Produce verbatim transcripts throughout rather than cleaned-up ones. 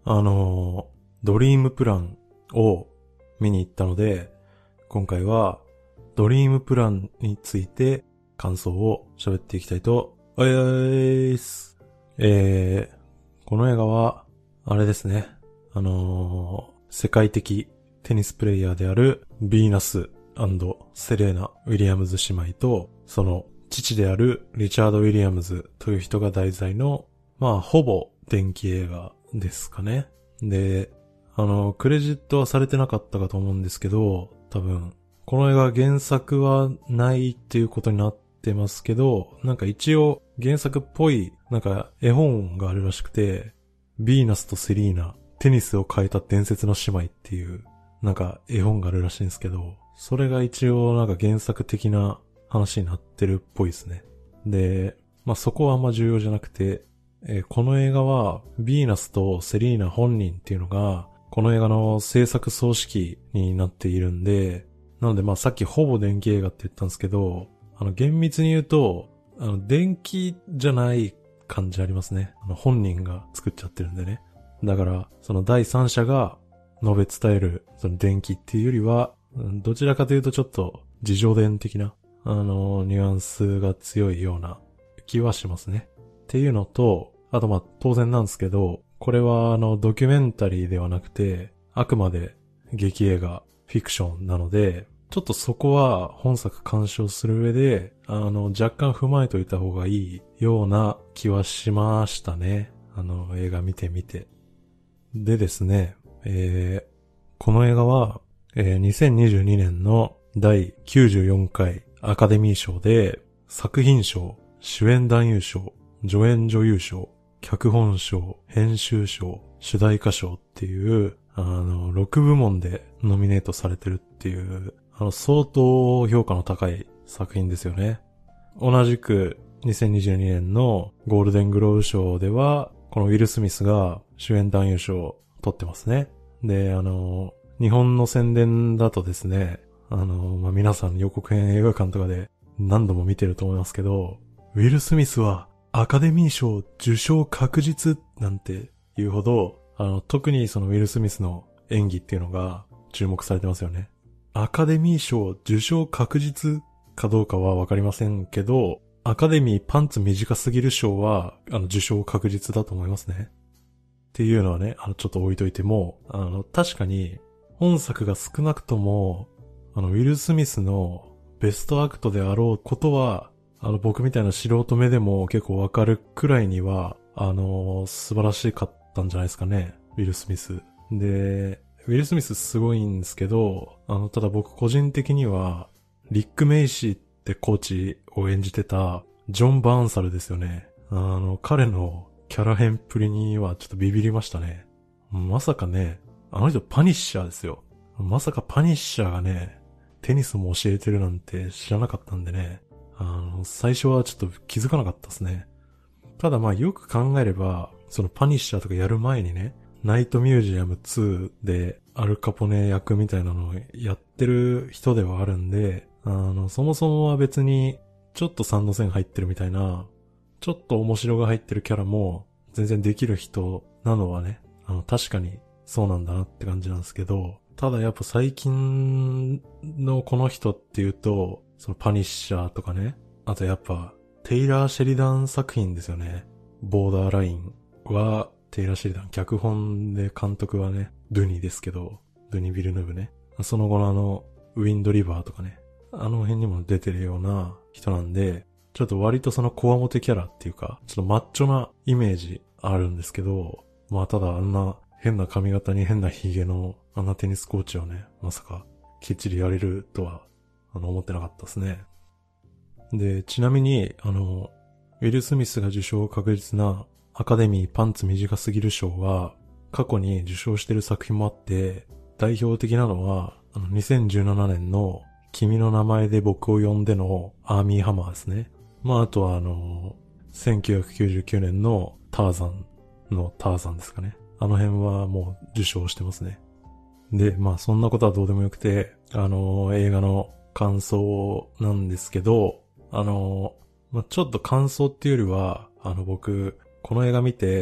あの、ドリームプランを見に行ったので、今回はドリームプランについて感想を喋っていきたいと思います。えー、この映画は、あれですね。あのー、世界的テニスプレイヤーであるビーナス&セレーナ・ウィリアムズ姉妹と、その父であるリチャード・ウィリアムズという人が題材の、まあ、ほぼ伝記映画ですかね。で、あの、クレジットはされてなかったかと思うんですけど、多分、この映画原作はないっていうことになってますけど、なんか一応原作っぽい、なんか絵本があるらしくて、ビーナスとセリーナ、テニスを変えた伝説の姉妹っていう、なんか絵本があるらしいんですけど、それが一応なんか原作的な話になってるっぽいですね。で、まあ、そこはあんま重要じゃなくて、えー、この映画はビーナスとセリーナ本人っていうのがこの映画の制作総指揮になっているんで、なのでまあさっきほぼ電気映画って言ったんですけど、あの厳密に言うとあの電気じゃない感じありますね。あの本人が作っちゃってるんでね。だからその第三者が述べ伝えるその電気っていうよりは、どちらかというとちょっと自叙伝的なあのニュアンスが強いような気はしますね。っていうのと、あとまあ当然なんですけど、これはあのドキュメンタリーではなくて、あくまで劇映画、フィクションなので、ちょっとそこは本作鑑賞する上で、あの若干踏まえといた方がいいような気はしましたね。あの映画見てみて。でですね、えー、この映画は、えー、にせんにじゅうにねんのだいきゅうじゅうよんかいアカデミー賞で作品賞、主演男優賞、助演女優賞、脚本賞、編集賞、主題歌賞っていう、あの、ろくぶもんでノミネートされてるっていう、あの、相当評価の高い作品ですよね。同じくにせんにじゅうにねんのゴールデングローブ賞では、このウィル・スミスが主演男優賞を取ってますね。で、あの、日本の宣伝だとですね、あの、まあ、皆さん予告編映画館とかで何度も見てると思いますけど、ウィル・スミスはアカデミー賞受賞確実なんていうほど、あの、特にそのウィル・スミスの演技っていうのが注目されてますよね。アカデミー賞受賞確実かどうかはわかりませんけど、アカデミーパンツ短すぎる賞は、あの、受賞確実だと思いますね。っていうのはね、あの、ちょっと置いといても、あの、確かに、本作が少なくとも、あの、ウィル・スミスのベストアクトであろうことは、あの、僕みたいな素人目でも結構わかるくらいには、あのー、素晴らしかったんじゃないですかね。ウィル・スミス。で、ウィル・スミスすごいんですけど、あの、ただ僕個人的には、リック・メイシーってコーチを演じてた、ジョン・バーンサルですよね。あの、彼のキャラ変っぷりにはちょっとビビりましたね。まさかね、あの人パニッシャーですよ。まさかパニッシャーがね、テニスも教えてるなんて知らなかったんでね。あの、最初はちょっと気づかなかったですね。ただまあよく考えれば、そのパニッシャーとかやる前にね、ナイトミュージアムツーでアルカポネ役みたいなのをやってる人ではあるんで、あの、そもそもは別にちょっと三の線入ってるみたいな、ちょっと面白が入ってるキャラも全然できる人なのはね、あの、確かにそうなんだなって感じなんですけど、ただやっぱ最近のこの人っていうと、そのパニッシャーとかね。あとやっぱ、テイラー・シェリダン作品ですよね。ボーダーラインは、テイラー・シェリダン。脚本で監督はね、ドゥニですけど、ドゥニ・ビルヌーブね。その後のあの、ウィンド・リバーとかね。あの辺にも出てるような人なんで、ちょっと割とそのコアモテキャラっていうか、ちょっとマッチョなイメージあるんですけど、まあただあんな変な髪型に変なヒゲのあんなテニスコーチをね、まさかきっちりやれるとは、あの、思ってなかったですね。で、ちなみに、あの、ウィル・スミスが受賞確実なアカデミーパンツ短すぎる賞は、過去に受賞してる作品もあって、代表的なのは、あの、にせんじゅうななねんの君の名前で僕を呼んでのアーミーハマーですね。まあ、あとはあの、せんきゅうひゃくきゅうじゅうきゅうねんのターザンのターザンですかね。あの辺はもう受賞してますね。で、まあそんなことはどうでもよくて、あの、映画の感想なんですけど、あの、まあ、ちょっと感想っていうよりは、あの僕、この映画見て、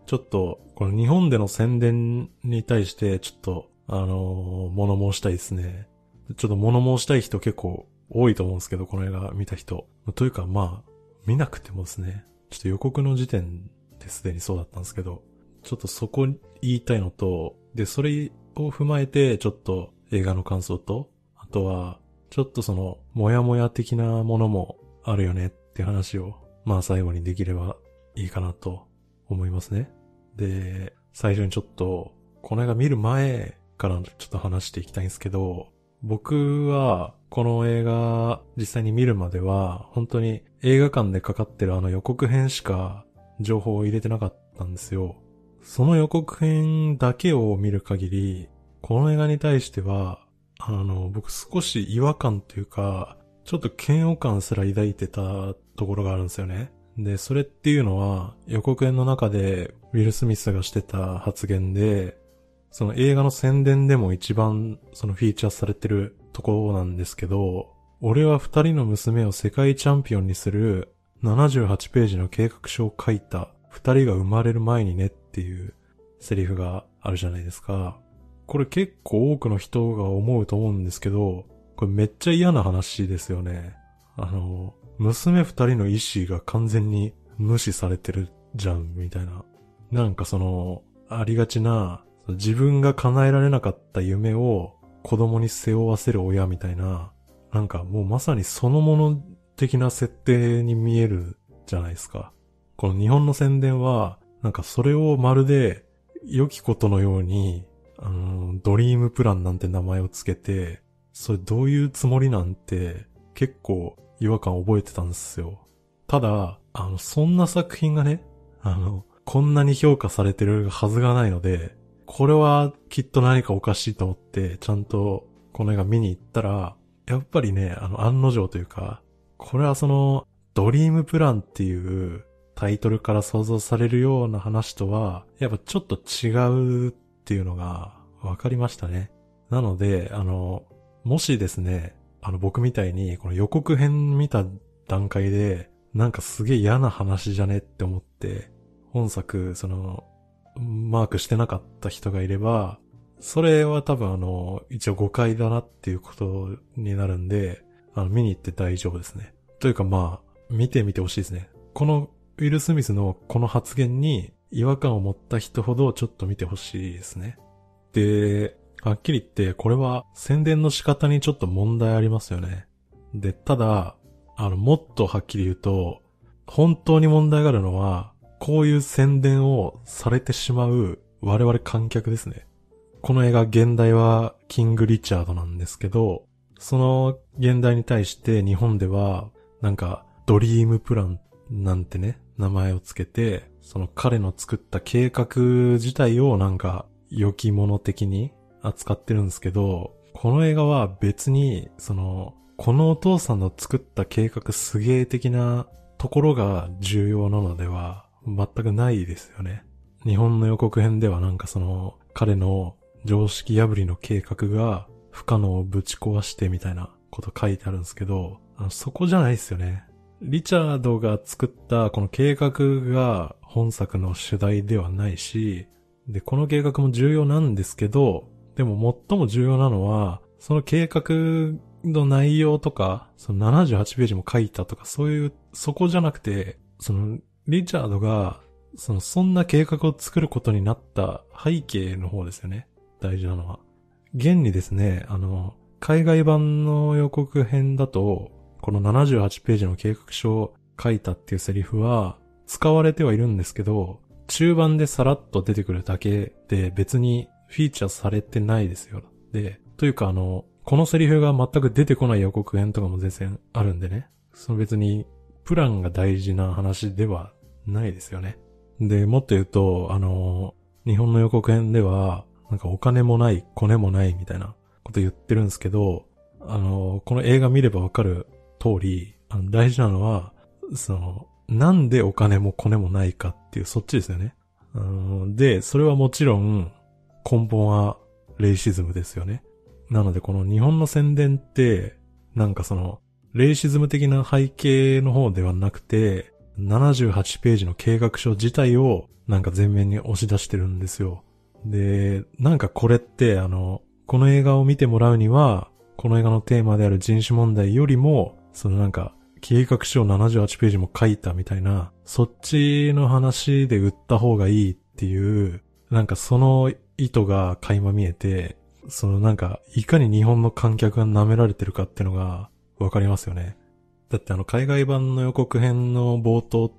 ちょっと、この日本での宣伝に対して、ちょっと、あのー、物申したいですね。ちょっと物申したい人結構多いと思うんですけど、この映画見た人。というか、まあ、見なくてもですね、ちょっと予告の時点ですでにそうだったんですけど、ちょっとそこ言いたいのと、で、それを踏まえて、ちょっと映画の感想と、あとは、ちょっとその、もやもや的なものもあるよねって話を、まあ最後にできればいいかなと思いますね。で、最初にちょっと、この映画見る前からちょっと話していきたいんですけど、僕は、この映画、実際に見るまでは、本当に映画館でかかってるあの予告編しか情報を入れてなかったんですよ。その予告編だけを見る限り、この映画に対しては、あの、僕少し違和感というか、ちょっと嫌悪感すら抱いてたところがあるんですよね。で、それっていうのは予告編の中でウィル・スミスがしてた発言で、その映画の宣伝でも一番そのフィーチャーされてるところなんですけど、俺は二人の娘を世界チャンピオンにするななじゅうはちページの計画書を書いた二人が生まれる前にねっていうセリフがあるじゃないですか。これ結構多くの人が思うと思うんですけど、これめっちゃ嫌な話ですよね。あの、娘二人の意思が完全に無視されてるじゃん、みたいな。なんかその、ありがちな、自分が叶えられなかった夢を子供に背負わせる親みたいな、なんかもうまさにそのもの的な設定に見えるじゃないですか。この日本の宣伝は、なんかそれをまるで良きことのように、あの、ドリームプランなんて名前をつけて、それどういうつもりなんて結構違和感覚えてたんですよ。ただ、あの、そんな作品がね、あの、こんなに評価されてるはずがないので、これはきっと何かおかしいと思って、ちゃんとこの映画見に行ったら、やっぱりね、あの、案の定というか、これはその、ドリームプランっていうタイトルから想像されるような話とは、やっぱちょっと違うっていうのが分かりましたね。なので、あの、もしですね、あの僕みたいにこの予告編見た段階で、なんかすげえ嫌な話じゃねって思って、本作、その、マークしてなかった人がいれば、それは多分あの、一応誤解だなっていうことになるんで、あの、見に行って大丈夫ですね。というかまあ、見てみてほしいですね。このウィル・スミスのこの発言に違和感を持った人ほどちょっと見てほしいですね。で、はっきり言ってこれは宣伝の仕方にちょっと問題ありますよね。で、ただ、あの、もっとはっきり言うと、本当に問題があるのは、こういう宣伝をされてしまう我々観客ですね。この映画現代はキング・リチャードなんですけど、その現代に対して日本ではなんかドリームプランなんてね、名前をつけて、その彼の作った計画自体をなんか良きもの的に扱ってるんですけど、この映画は別にそのこのお父さんの作った計画すげー的なところが重要なのでは全くないですよね。日本の予告編ではなんかその彼の常識破りの計画が不可能をぶち壊してみたいなこと書いてあるんですけど、あのそこじゃないですよね。リチャードが作ったこの計画が本作の主題ではないし、で、この計画も重要なんですけど、でも最も重要なのは、その計画の内容とか、そのななじゅうはちページも書いたとか、そういう、そこじゃなくて、その、リチャードが、その、そんな計画を作ることになった背景の方ですよね。大事なのは。現にですね、あの、海外版の予告編だと、このななじゅうはちページの計画書を書いたっていうセリフは、使われてはいるんですけど、中盤でさらっと出てくるだけで別にフィーチャーされてないですよ。で、というかあの、このセリフが全く出てこない予告編とかも全然あるんでね。その別にプランが大事な話ではないですよね。で、もっと言うと、あの、日本の予告編では、なんかお金もない、コネもないみたいなこと言ってるんですけど、あの、この映画見ればわかる通り、あの大事なのは、その、なんでお金もコネもないかっていうそっちですよね。あので、それはもちろん根本はレイシズムですよね。なのでこの日本の宣伝って、なんかその、レイシズム的な背景の方ではなくて、 ななじゅうはちページの計画書自体をなんか前面に押し出してるんですよ。で、なんかこれってあの、この映画を見てもらうには、この映画のテーマである人種問題よりも、そのなんか、計画書をななじゅうはちページも書いたみたいな、そっちの話で売った方がいいっていう、なんかその意図が垣間見えて、そのなんか、いかに日本の観客が舐められてるかっていうのがわかりますよね。だってあの海外版の予告編の冒頭って、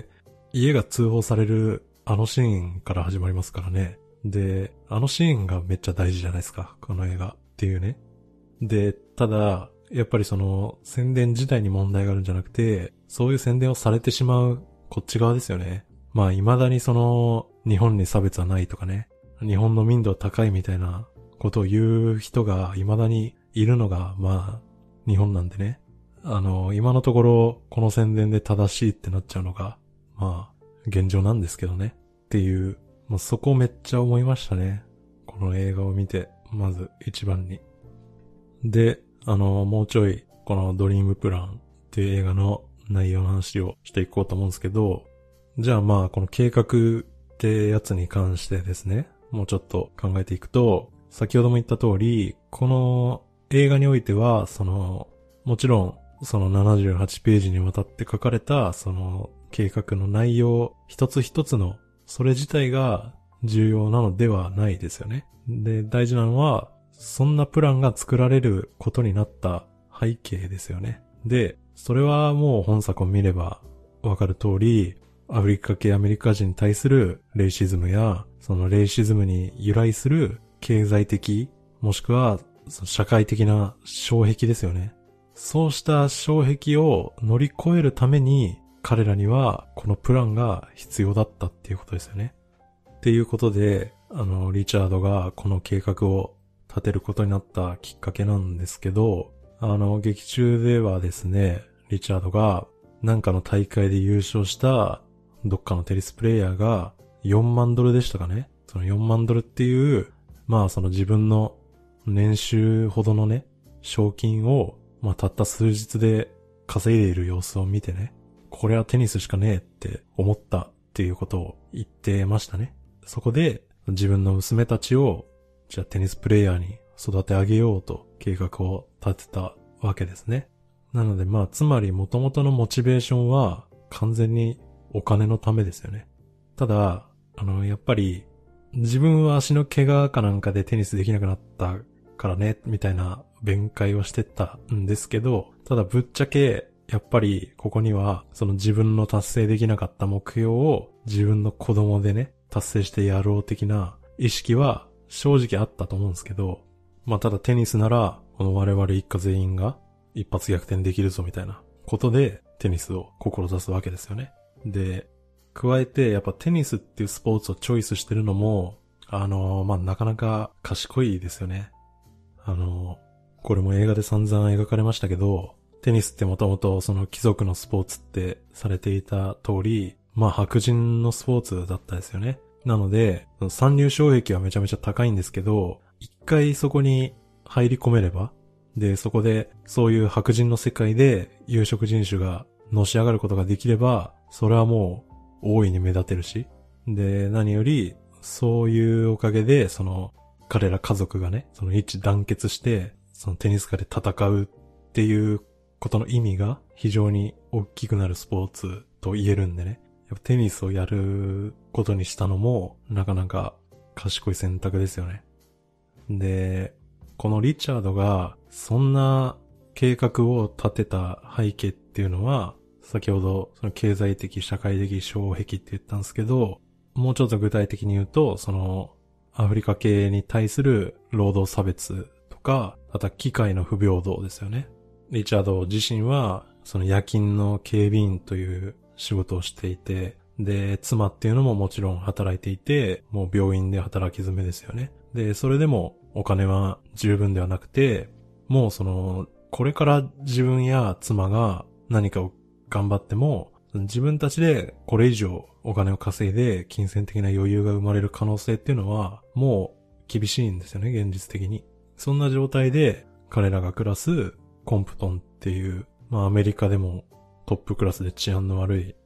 家が通報されるあのシーンから始まりますからね。で、あのシーンがめっちゃ大事じゃないですか、この映画っていうね。で、ただ、やっぱりその宣伝自体に問題があるんじゃなくて、そういう宣伝をされてしまうこっち側ですよね。まあ未だにその日本に差別はないとかね、日本の民度は高いみたいなことを言う人が未だにいるのがまあ日本なんでね。あの今のところこの宣伝で正しいってなっちゃうのがまあ現状なんですけどねっていう、まあ、そこめっちゃ思いましたね。この映画を見てまず一番に。で、あの、もうちょい、このドリームプランっていう映画の内容の話をしていこうと思うんですけど、じゃあまあ、この計画ってやつに関してですね、もうちょっと考えていくと、先ほども言った通り、この映画においては、その、もちろん、そのななじゅうはちページにわたって書かれた、その計画の内容、一つ一つの、それ自体が重要なのではないですよね。で、大事なのは、そんなプランが作られることになった背景ですよね。で、それはもう本作を見ればわかる通り、アフリカ系アメリカ人に対するレイシズムや、そのレイシズムに由来する経済的、もしくはその社会的な障壁ですよね。そうした障壁を乗り越えるために、彼らにはこのプランが必要だったっていうことですよね。っていうことで、あの、リチャードがこの計画を立てることになったきっかけなんですけど、あの、劇中ではですね、リチャードがなんかの大会で優勝したどっかのテニスプレイヤーがよんまんドルでしたかね。そのよんまんドルっていう、まあその自分の年収ほどのね、賞金を、まあたった数日で稼いでいる様子を見てね、これはテニスしかねえって思ったっていうことを言ってましたね。そこで自分の娘たちをじゃあテニスプレイヤーに育て上げようと計画を立てたわけですね。なのでまあつまり元々のモチベーションは完全にお金のためですよね。ただ、あのやっぱり自分は足の怪我かなんかでテニスできなくなったからねみたいな弁解をしてたんですけど、ただぶっちゃけやっぱりここにはその自分の達成できなかった目標を自分の子供でね達成してやろう的な意識は正直あったと思うんですけど、まあただテニスならこの我々一家全員が一発逆転できるぞみたいなことでテニスを志すわけですよね。で、加えてやっぱテニスっていうスポーツをチョイスしてるのもあのまあなかなか賢いですよね。あのこれも映画で散々描かれましたけど、テニスってもともとその貴族のスポーツってされていた通り、まあ白人のスポーツだったですよね。なので、参入障壁はめちゃめちゃ高いんですけど、一回そこに入り込めれば、で、そこでそういう白人の世界で有色人種がのし上がることができれば、それはもう大いに目立てるし、で、何よりそういうおかげで、その彼ら家族がね、その一致団結して、そのテニス界で戦うっていうことの意味が非常に大きくなるスポーツと言えるんでね。やっぱテニスをやることにしたのもなかなか賢い選択ですよね。で、このリチャードがそんな計画を立てた背景っていうのは、先ほどその経済的社会的障壁って言ったんですけど、もうちょっと具体的に言うと、そのアフリカ系に対する労働差別とか、あとは機会の不平等ですよね。リチャード自身はその夜勤の警備員という仕事をしていて、で、妻っていうのももちろん働いていて、もう病院で働き詰めですよね。で、それでもお金は十分ではなくて、もうその、これから自分や妻が何かを頑張っても、自分たちでこれ以上お金を稼いで金銭的な余裕が生まれる可能性っていうのは、もう厳しいんですよね、現実的に。そんな状態で彼らが暮らすコンプトンっていう、まあアメリカでもトップクラスで治安の悪い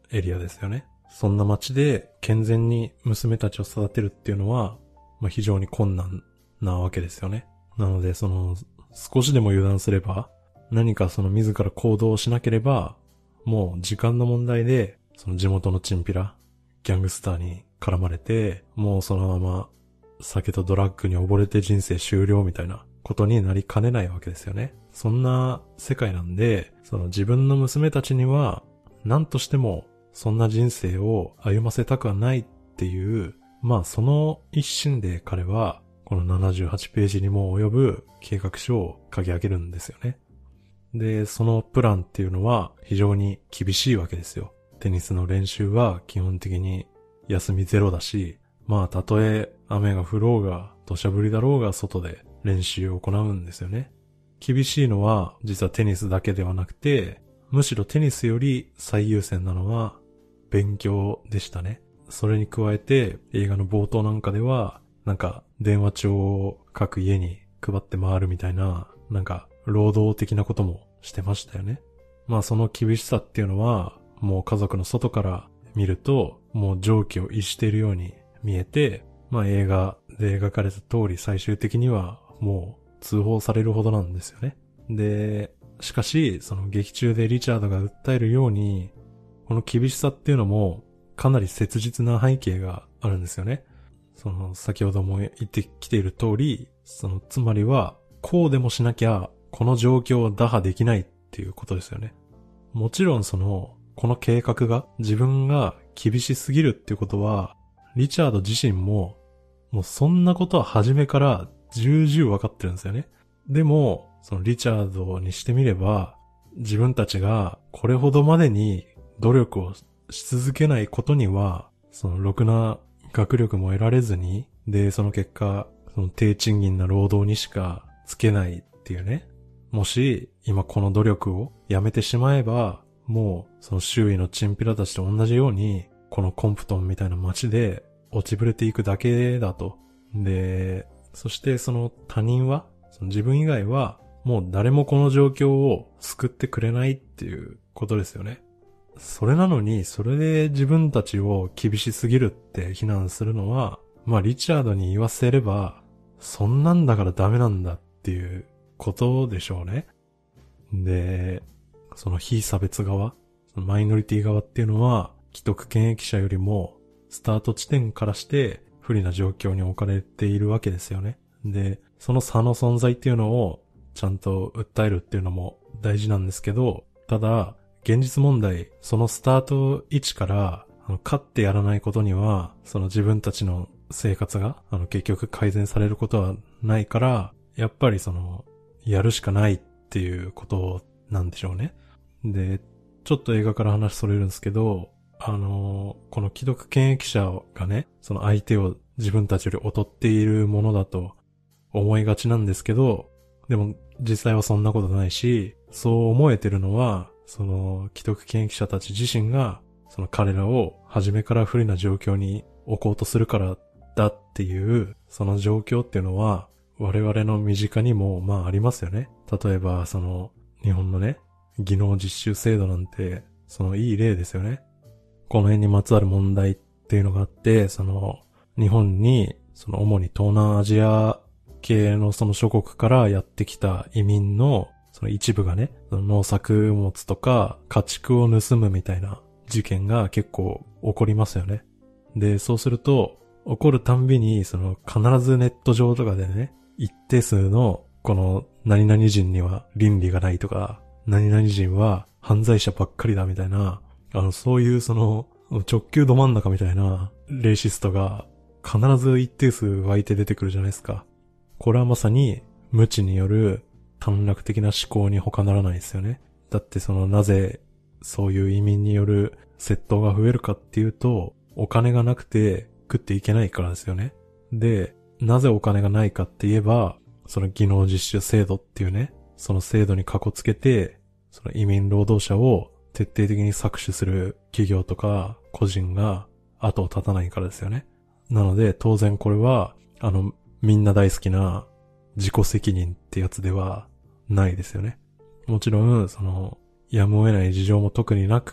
エリアですよね。そんな街で健全に娘たちを育てるっていうのは、まあ、非常に困難なわけですよね。なので、その、少しでも油断すれば、何かその自ら行動をしなければ、もう時間の問題で、その地元のチンピラ、ギャングスターに絡まれて、もうそのまま酒とドラッグに溺れて人生終了みたいなことになりかねないわけですよね。そんな世界なんで、その自分の娘たちには何としてもそんな人生を歩ませたくはないっていう、まあその一心で彼はこのななじゅうはちページにも及ぶ計画書を書き上げるんですよね。で、そのプランっていうのは非常に厳しいわけですよ。テニスの練習は基本的に休みゼロだし、まあたとえ雨が降ろうが土砂降りだろうが外で練習を行うんですよね。厳しいのは実はテニスだけではなくて、むしろテニスより最優先なのは勉強でしたね。それに加えて映画の冒頭なんかではなんか電話帳を各家に配って回るみたいな、なんか労働的なこともしてましたよね。まあその厳しさっていうのはもう家族の外から見るともう常軌を逸しているように見えて、まあ映画で描かれた通り最終的にはもう通報されるほどなんですよね。で、しかしその劇中でリチャードが訴えるように、この厳しさっていうのもかなり切実な背景があるんですよね。その先ほども言ってきている通り、そのつまりはこうでもしなきゃこの状況を打破できないっていうことですよね。もちろんそのこの計画が自分が厳しすぎるっていうことはリチャード自身ももうそんなことは初めから重々わかってるんですよね。でもそのリチャードにしてみれば自分たちがこれほどまでに努力をし続けないことにはそのろくな学力も得られずに、でその結果その低賃金な労働にしかつけないっていうね。もし今この努力をやめてしまえばもうその周囲のチンピラたちと同じようにこのコンプトンみたいな街で落ちぶれていくだけだと。で、そしてその他人は、その自分以外はもう誰もこの状況を救ってくれないっていうことですよね。それなのに、それで自分たちを厳しすぎるって非難するのは、まあリチャードに言わせれば、そんなんだからダメなんだっていうことでしょうね。で、その非差別側、そのマイノリティ側っていうのは、既得権益者よりも、スタート地点からして不利な状況に置かれているわけですよね。で、その差の存在っていうのをちゃんと訴えるっていうのも大事なんですけど、ただ、現実問題、そのスタート位置から、あの勝ってやらないことには、その自分たちの生活が、あの結局改善されることはないから、やっぱりその、やるしかないっていうことなんでしょうね。で、ちょっと映画から話それるんですけど、あのー、この既得権益者がね、その相手を自分たちより劣っているものだと思いがちなんですけど、でも実際はそんなことないし、そう思えてるのは、その既得権益者たち自身が、その彼らを初めから不利な状況に置こうとするからだっていう、その状況っていうのは、我々の身近にもまあありますよね。例えばその日本のね、技能実習制度なんて、そのいい例ですよね。この辺にまつわる問題っていうのがあって、その日本にその主に東南アジア系のその諸国からやってきた移民のその一部がね、その農作物とか家畜を盗むみたいな事件が結構起こりますよね。で、そうすると起こるたんびにその必ずネット上とかでね、一定数のこの何々人には倫理がないとか、何々人は犯罪者ばっかりだみたいな、あのそういうその直球ど真ん中みたいなレイシストが必ず一定数湧いて出てくるじゃないですか。これはまさに無知による短絡的な思考に他ならないですよね。だってそのなぜそういう移民による窃盗が増えるかっていうと、お金がなくて食っていけないからですよね。で、なぜお金がないかって言えば、その技能実習制度っていうね、その制度にかこつけて、その移民労働者を徹底的に搾取する企業とか個人が後を絶たないからですよね。なので当然これは、あの、みんな大好きな自己責任ってやつではないですよね。もちろん、その、やむを得ない事情も特になく、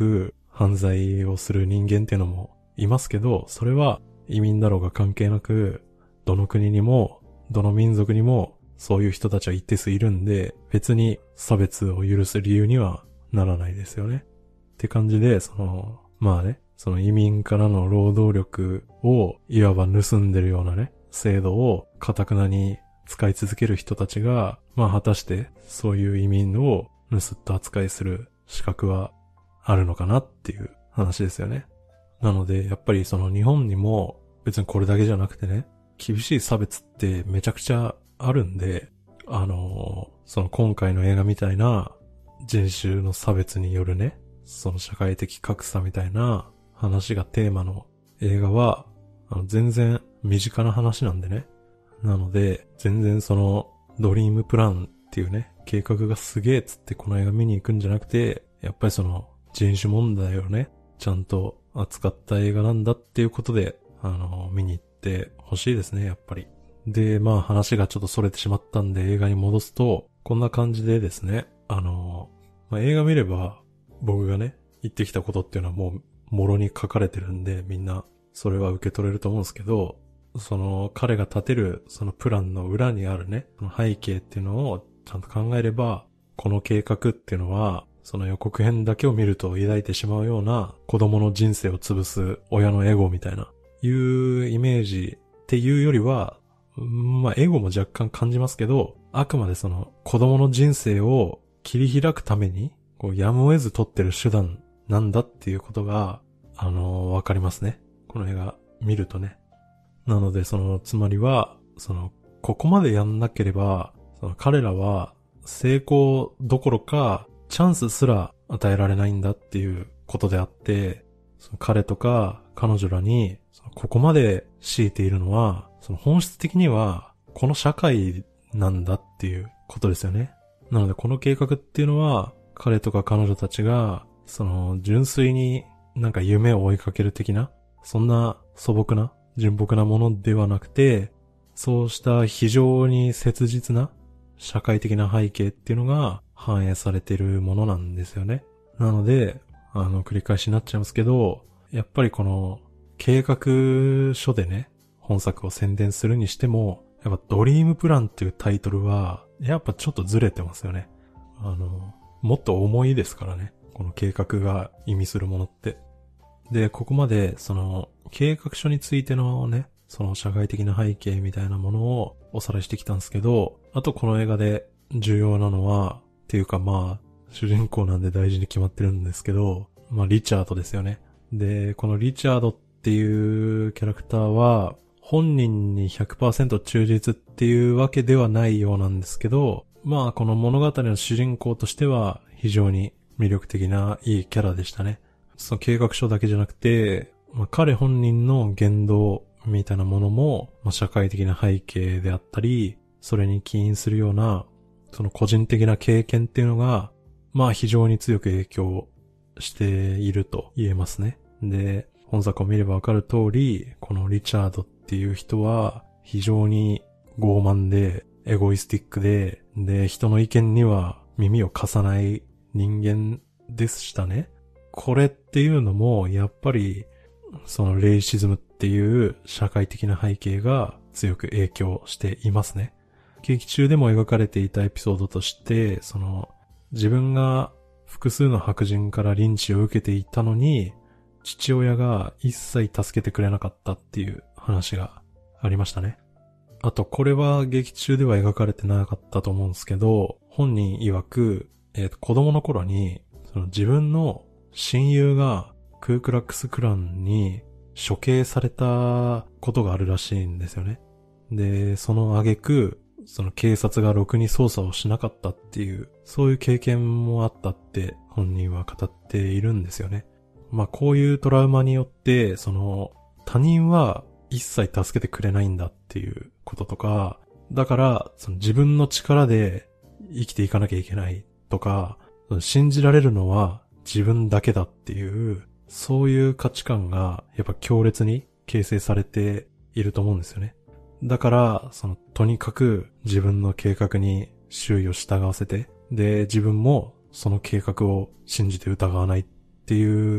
犯罪をする人間っていうのもいますけど、それは移民だろうが関係なく、どの国にも、どの民族にも、そういう人たちは一定数いるんで、別に差別を許す理由にはならないですよね。って感じで、その、まあね、その移民からの労働力をいわば盗んでるようなね、制度を堅くなに使い続ける人たちが、まあ果たしてそういう移民を盗った扱いする資格はあるのかなっていう話ですよね。なので、やっぱりその日本にも別にこれだけじゃなくてね、厳しい差別ってめちゃくちゃあるんで、あのー、その今回の映画みたいな人種の差別によるね、その社会的格差みたいな話がテーマの映画は、あの全然身近な話なんでね。なので、全然そのドリームプランっていうね、計画がすげえっつってこの映画見に行くんじゃなくて、やっぱりその人種問題をね、ちゃんと扱った映画なんだっていうことで、あのー、見に行ってほしいですね、やっぱり。で、まあ話がちょっと逸れてしまったんで映画に戻すと、こんな感じでですね、あのー、まあ、映画見れば僕がね、言ってきたことっていうのはもうもろに書かれてるんで、みんなそれは受け取れると思うんですけど、その彼が立てるそのプランの裏にあるね、その背景っていうのをちゃんと考えれば、この計画っていうのは、その予告編だけを見ると抱いてしまうような子供の人生を潰す親のエゴみたいな、いうイメージっていうよりは、まあエゴも若干感じますけど、あくまでその子供の人生を切り開くために、こうやむを得ず取ってる手段なんだっていうことが、あのー、わかりますね。この映画見るとね。なのでその、つまりは、その、ここまでやんなければ、その彼らは成功どころか、チャンスすら与えられないんだっていうことであって、その彼とか彼女らに、ここまで強いているのは、その本質的には、この社会なんだっていうことですよね。なのでこの計画っていうのは、彼とか彼女たちが、その純粋になんか夢を追いかける的な、そんな素朴な、純朴なものではなくて、そうした非常に切実な社会的な背景っていうのが反映されているものなんですよね。なので、あの、繰り返しになっちゃいますけど、やっぱりこの計画書でね、本作を宣伝するにしても、やっぱドリームプランっていうタイトルは、やっぱちょっとずれてますよね。あの、もっと重いですからね。この計画が意味するものって。で、ここまで、その、計画書についてのね、その社会的な背景みたいなものをおさらいしてきたんですけど、あとこの映画で重要なのは、っていうかまあ、主人公なんで大事に決まってるんですけど、まあ、リチャードですよね。で、このリチャードっていうキャラクターは、本人に ひゃくパーセント 忠実っていうわけではないようなんですけど、まあこの物語の主人公としては非常に魅力的ないいキャラでしたね。その計画書だけじゃなくて、まあ、彼本人の言動みたいなものも、まあ、社会的な背景であったり、それに起因するような、その個人的な経験っていうのが、まあ非常に強く影響していると言えますね。で、本作を見ればわかる通り、このリチャードっていう人は非常に傲慢で、エゴイスティックで、で、人の意見には耳を貸さない人間でしたね。これっていうのも、やっぱり、そのレイシズムっていう社会的な背景が強く影響していますね。劇中でも描かれていたエピソードとして、その、自分が複数の白人からリンチを受けていたのに、父親が一切助けてくれなかったっていう話がありましたね。あと、これは劇中では描かれてなかったと思うんですけど、本人曰く、えーと、子供の頃に、その自分の親友がクークラックスクランに処刑されたことがあるらしいんですよね。で、その挙句、その警察がろくに捜査をしなかったっていう、そういう経験もあったって本人は語っているんですよね。まあこういうトラウマによって、その他人は一切助けてくれないんだっていうこととか、だからその自分の力で生きていかなきゃいけないとか、信じられるのは自分だけだっていう、そういう価値観がやっぱ強烈に形成されていると思うんですよね。だから、その、とにかく自分の計画に周囲を従わせて、で、自分もその計画を信じて疑わないっていう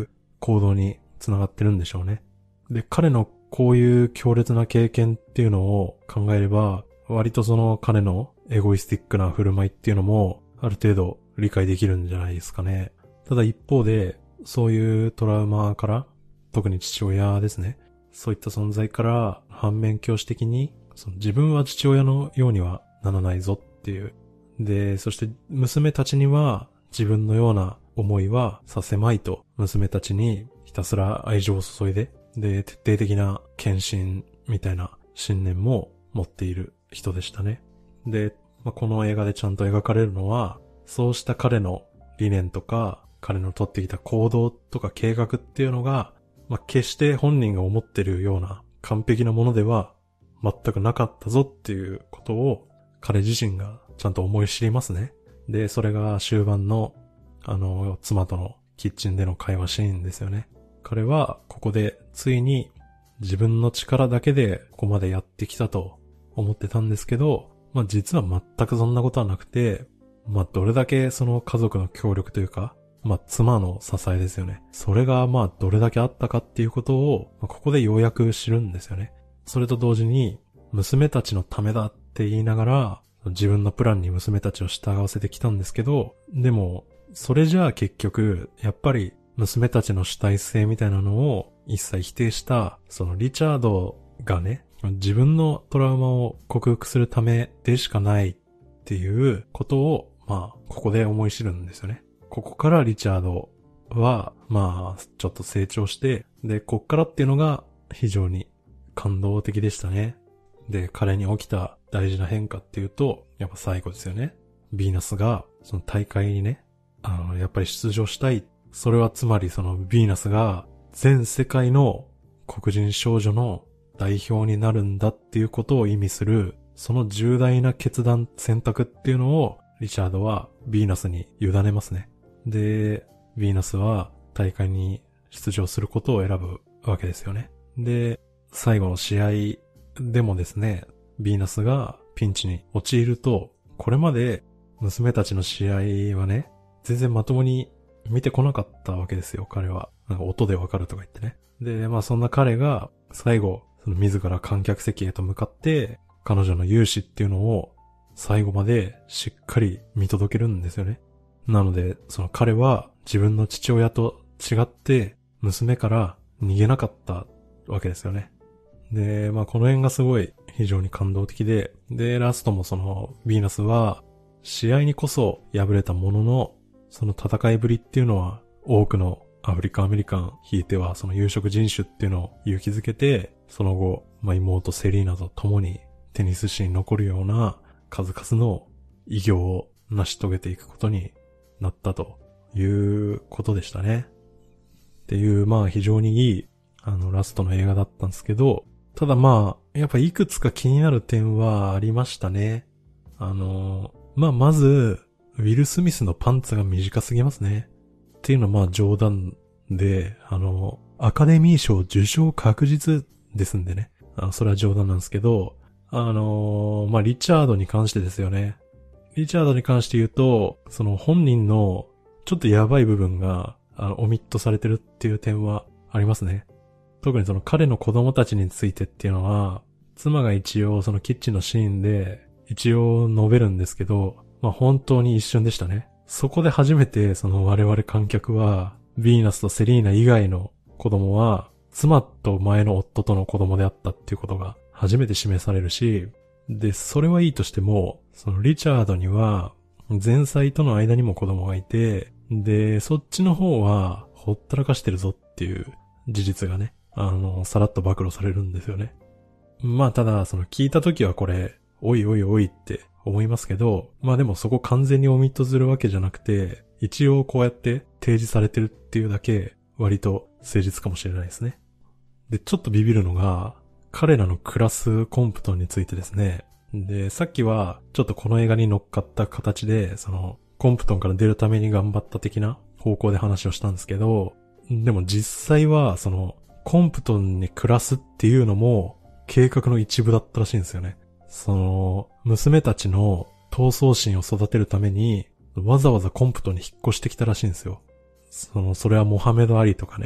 行動に繋がってるんでしょうね。で、彼のこういう強烈な経験っていうのを考えれば、割とその彼のエゴイスティックな振る舞いっていうのもある程度理解できるんじゃないですかね。ただ一方で、そういうトラウマから、特に父親ですね。そういった存在から反面教師的に、その自分は父親のようにはならないぞっていう。で、そして娘たちには自分のような思いはさせまいと、娘たちにひたすら愛情を注いで、で、徹底的な献身みたいな信念も持っている人でしたね。で、まあ、この映画でちゃんと描かれるのは、そうした彼の理念とか、彼の取ってきた行動とか計画っていうのが、まあ、決して本人が思ってるような完璧なものでは全くなかったぞっていうことを彼自身がちゃんと思い知りますね。で、それが終盤のあの妻とのキッチンでの会話シーンですよね。彼はここでついに自分の力だけでここまでやってきたと思ってたんですけど、まあ実は全くそんなことはなくて、まあどれだけその家族の協力というか、まあ妻の支えですよね。それがまあどれだけあったかっていうことを、まあ、ここでようやく知るんですよね。それと同時に娘たちのためだって言いながら自分のプランに娘たちを従わせてきたんですけど、でもそれじゃあ結局やっぱり娘たちの主体性みたいなのを一切否定したそのリチャードがね、自分のトラウマを克服するためでしかないっていうことをまあここで思い知るんですよね。ここからリチャードはまあちょっと成長して、でこっからっていうのが非常に感動的でしたね。で彼に起きた大事な変化っていうとやっぱ最後ですよね。ヴィーナスがその大会にね、あのやっぱり出場したい。それはつまりそのヴィーナスが全世界の黒人少女の代表になるんだっていうことを意味する、その重大な決断選択っていうのをリチャードはヴィーナスに委ねますね。で、ヴィーナスは大会に出場することを選ぶわけですよね。で、最後の試合でもですね、ヴィーナスがピンチに陥ると、これまで娘たちの試合はね、全然まともに見てこなかったわけですよ、彼は。なんか音でわかるとか言ってね。で、まあそんな彼が最後、その自ら観客席へと向かって、彼女の勇姿っていうのを最後までしっかり見届けるんですよね。なので、その彼は自分の父親と違って娘から逃げなかったわけですよね。で、まあこの辺がすごい非常に感動的で、で、ラストもそのヴィーナスは試合にこそ敗れたものの、その戦いぶりっていうのは多くのアフリカンアメリカン、ひいてはその有色人種っていうのを勇気づけて、その後、まあ妹セリーナと共にテニス史に残るような数々の偉業を成し遂げていくことになったということでしたね。っていう、まあ非常にいいあのラストの映画だったんですけど、ただまあやっぱいくつか気になる点はありましたね。あのまあまずウィル・スミスのパンツが短すぎますね。っていうのはまあ冗談で、あのアカデミー賞受賞確実ですんでね。あのそれは冗談なんですけど、あのまあリチャードに関してですよね。リチャードに関して言うと、その本人のちょっとやばい部分があのオミットされてるっていう点はありますね。特にその彼の子供たちについてっていうのは、妻が一応そのキッチンのシーンで一応述べるんですけど、まあ本当に一瞬でしたね。そこで初めてその我々観客は、ヴィーナスとセリーナ以外の子供は、妻と前の夫との子供であったっていうことが初めて示されるし、で、それはいいとしても、そのリチャードには、前妻との間にも子供がいて、で、そっちの方は、ほったらかしてるぞっていう事実がね、あの、さらっと暴露されるんですよね。まあ、ただ、その聞いたときはこれ、おいおいおいって思いますけど、まあでもそこ完全にオミットするわけじゃなくて、一応こうやって提示されてるっていうだけ、割と誠実かもしれないですね。で、ちょっとビビるのが、彼らの暮らすコンプトンについてですね。で、さっきは、ちょっとこの映画に乗っかった形で、その、コンプトンから出るために頑張った的な方向で話をしたんですけど、でも実際は、その、コンプトンに暮らすっていうのも、計画の一部だったらしいんですよね。その、娘たちの闘争心を育てるために、わざわざコンプトンに引っ越してきたらしいんですよ。その、それはモハメド・アリとかね、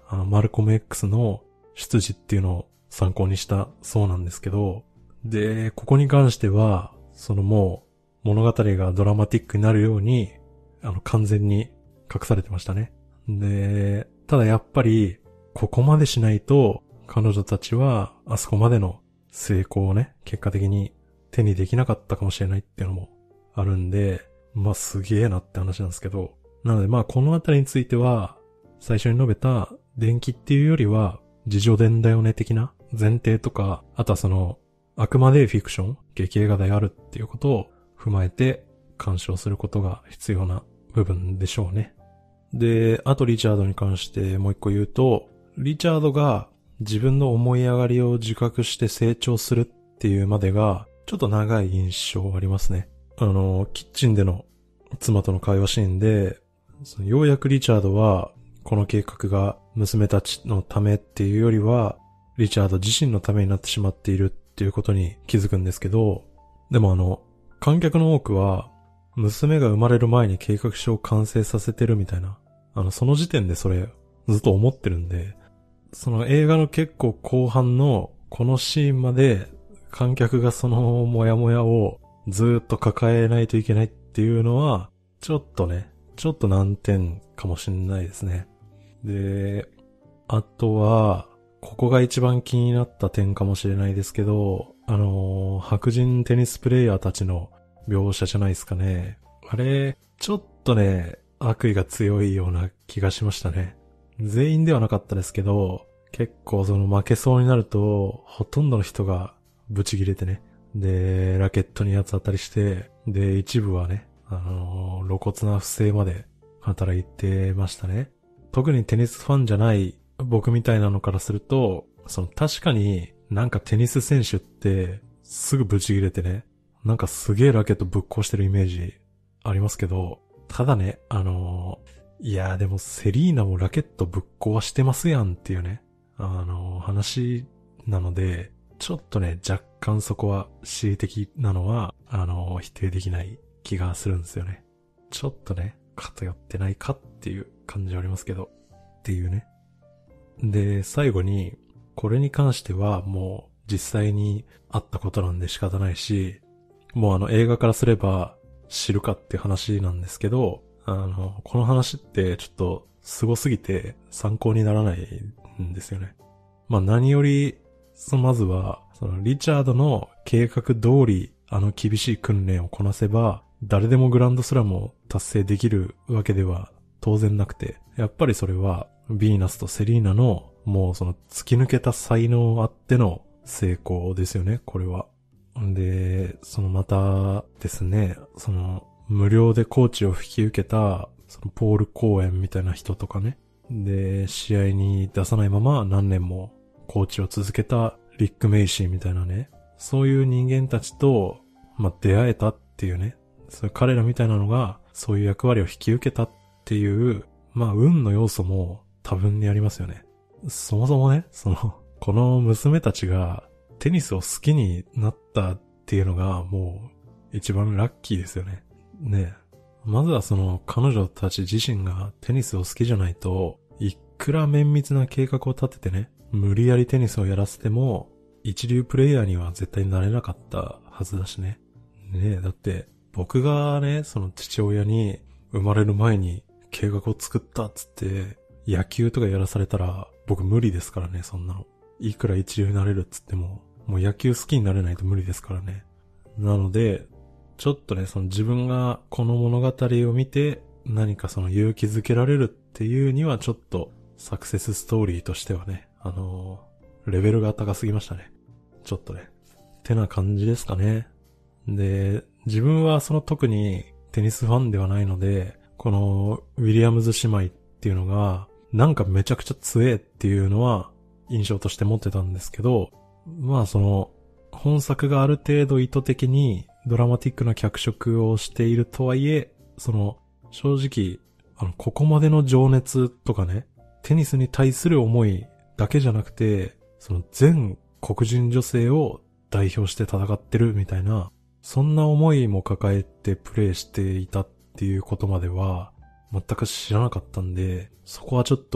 あの、マルコム X の出自っていうのを参考にしたそうなんですけど、で、ここに関しては、そのもう物語がドラマティックになるように、あの、完全に隠されてましたね。で、ただやっぱり、ここまでしないと、彼女たちは、あそこまでの成功をね、結果的に手にできなかったかもしれないっていうのもあるんで、まあすげえなって話なんですけど、なのでまあこのあたりについては、最初に述べた伝記っていうよりは、自叙伝だよね的な前提とか、あとはその、あくまでフィクション、劇映画であるっていうことを踏まえて鑑賞することが必要な部分でしょうね。で、あとリチャードに関してもう一個言うと、リチャードが自分の思い上がりを自覚して成長するっていうまでが、ちょっと長い印象ありますね。あの、キッチンでの妻との会話シーンで、そのようやくリチャードは、この計画が娘たちのためっていうよりは、リチャード自身のためになってしまっているっていうことに気づくんですけど、でもあの、観客の多くは、娘が生まれる前に計画書を完成させてるみたいな、あの、その時点でそれ、ずっと思ってるんで、その映画の結構後半のこのシーンまで観客がそのモヤモヤをずーっと抱えないといけないっていうのはちょっとね、ちょっと難点かもしれないですね。で、あとはここが一番気になった点かもしれないですけど、あのー、白人テニスプレイヤーたちの描写じゃないですかね。あれ、ちょっとね、悪意が強いような気がしましたね。全員ではなかったですけど、結構その負けそうになると、ほとんどの人がブチ切れてね。で、ラケットに八つ当たりして、で、一部はね、あのー、露骨な不正まで働いてましたね。特にテニスファンじゃない僕みたいなのからすると、その確かになんかテニス選手ってすぐブチ切れてね、なんかすげえラケットぶっ壊してるイメージありますけど、ただね、あのー、いやーでもセリーナもラケットぶっ壊してますやんっていうね、あのー、話なので、ちょっとね、若干そこは恣意的なのは、あのー、否定できない気がするんですよね。ちょっとね、偏ってないかっていう感じはありますけど、っていうね。で、最後に、これに関してはもう実際にあったことなんで仕方ないし、もうあの映画からすれば知るかって話なんですけど、あの、この話ってちょっと凄すぎて参考にならないんですよね。まあ何より、そのまずは、そのリチャードの計画通りあの厳しい訓練をこなせば、誰でもグランドスラムを達成できるわけでは当然なくて、やっぱりそれはヴィーナスとセリーナのもうその突き抜けた才能あっての成功ですよね、これは。で、そのまたですね、その無料でコーチを引き受けたそのポール・コーエンみたいな人とかね。で、試合に出さないまま何年もコーチを続けたリック・メイシーみたいなね。そういう人間たちと、まあ、出会えたっていうね。そういう彼らみたいなのがそういう役割を引き受けたっていう、まあ、運の要素も多分にありますよね。そもそもね、その、この娘たちがテニスを好きになったっていうのがもう一番ラッキーですよね。ねえ。まずはその彼女たち自身がテニスを好きじゃないと、いくら綿密な計画を立ててね、無理やりテニスをやらせても、一流プレイヤーには絶対になれなかったはずだしね。ねえ、だって僕がね、その父親に生まれる前に計画を作ったっつって、野球とかやらされたら僕無理ですからね、そんなの。いくら一流になれるっつっても、もう野球好きになれないと無理ですからね。なので、ちょっとね、その自分がこの物語を見て何かその勇気づけられるっていうにはちょっとサクセスストーリーとしてはね、あのー、レベルが高すぎましたね。ちょっとね。ってな感じですかね。で、自分はその特にテニスファンではないので、このウィリアムズ姉妹っていうのがなんかめちゃくちゃ強えっていうのは印象として持ってたんですけど、まあその本作がある程度意図的にドラマティックな脚色をしているとはいえ、その正直あのここまでの情熱とかね、テニスに対する思いだけじゃなくて、その全黒人女性を代表して戦ってるみたいな、そんな思いも抱えてプレイしていたっていうことまでは全く知らなかったんで、そこはちょっと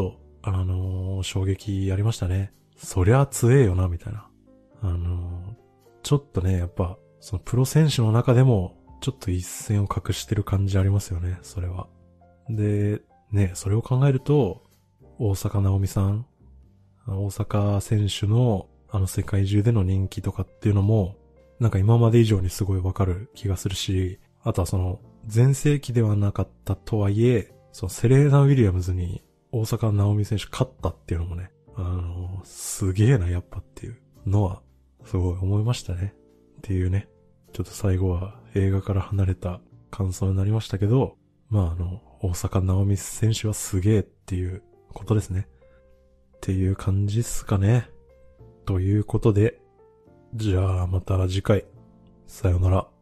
あのー、衝撃ありましたね。そりゃ強えよな、みたいな。あのー、ちょっとね、やっぱ、そのプロ選手の中でも、ちょっと一線を画してる感じありますよね、それは。で、ね、それを考えると、大坂なおみさん、大阪選手のあの世界中での人気とかっていうのも、なんか今まで以上にすごいわかる気がするし、あとはその、全盛期ではなかったとはいえ、そのセレーナ・ウィリアムズに大坂なおみ選手勝ったっていうのもね、あの、すげえな、やっぱっていうのは、すごい思いましたね。っていうね、ちょっと最後は映画から離れた感想になりましたけど、まああの、大坂なおみ選手はすげえっていうことですね。っていう感じっすかね。ということで、じゃあまた次回。さよなら。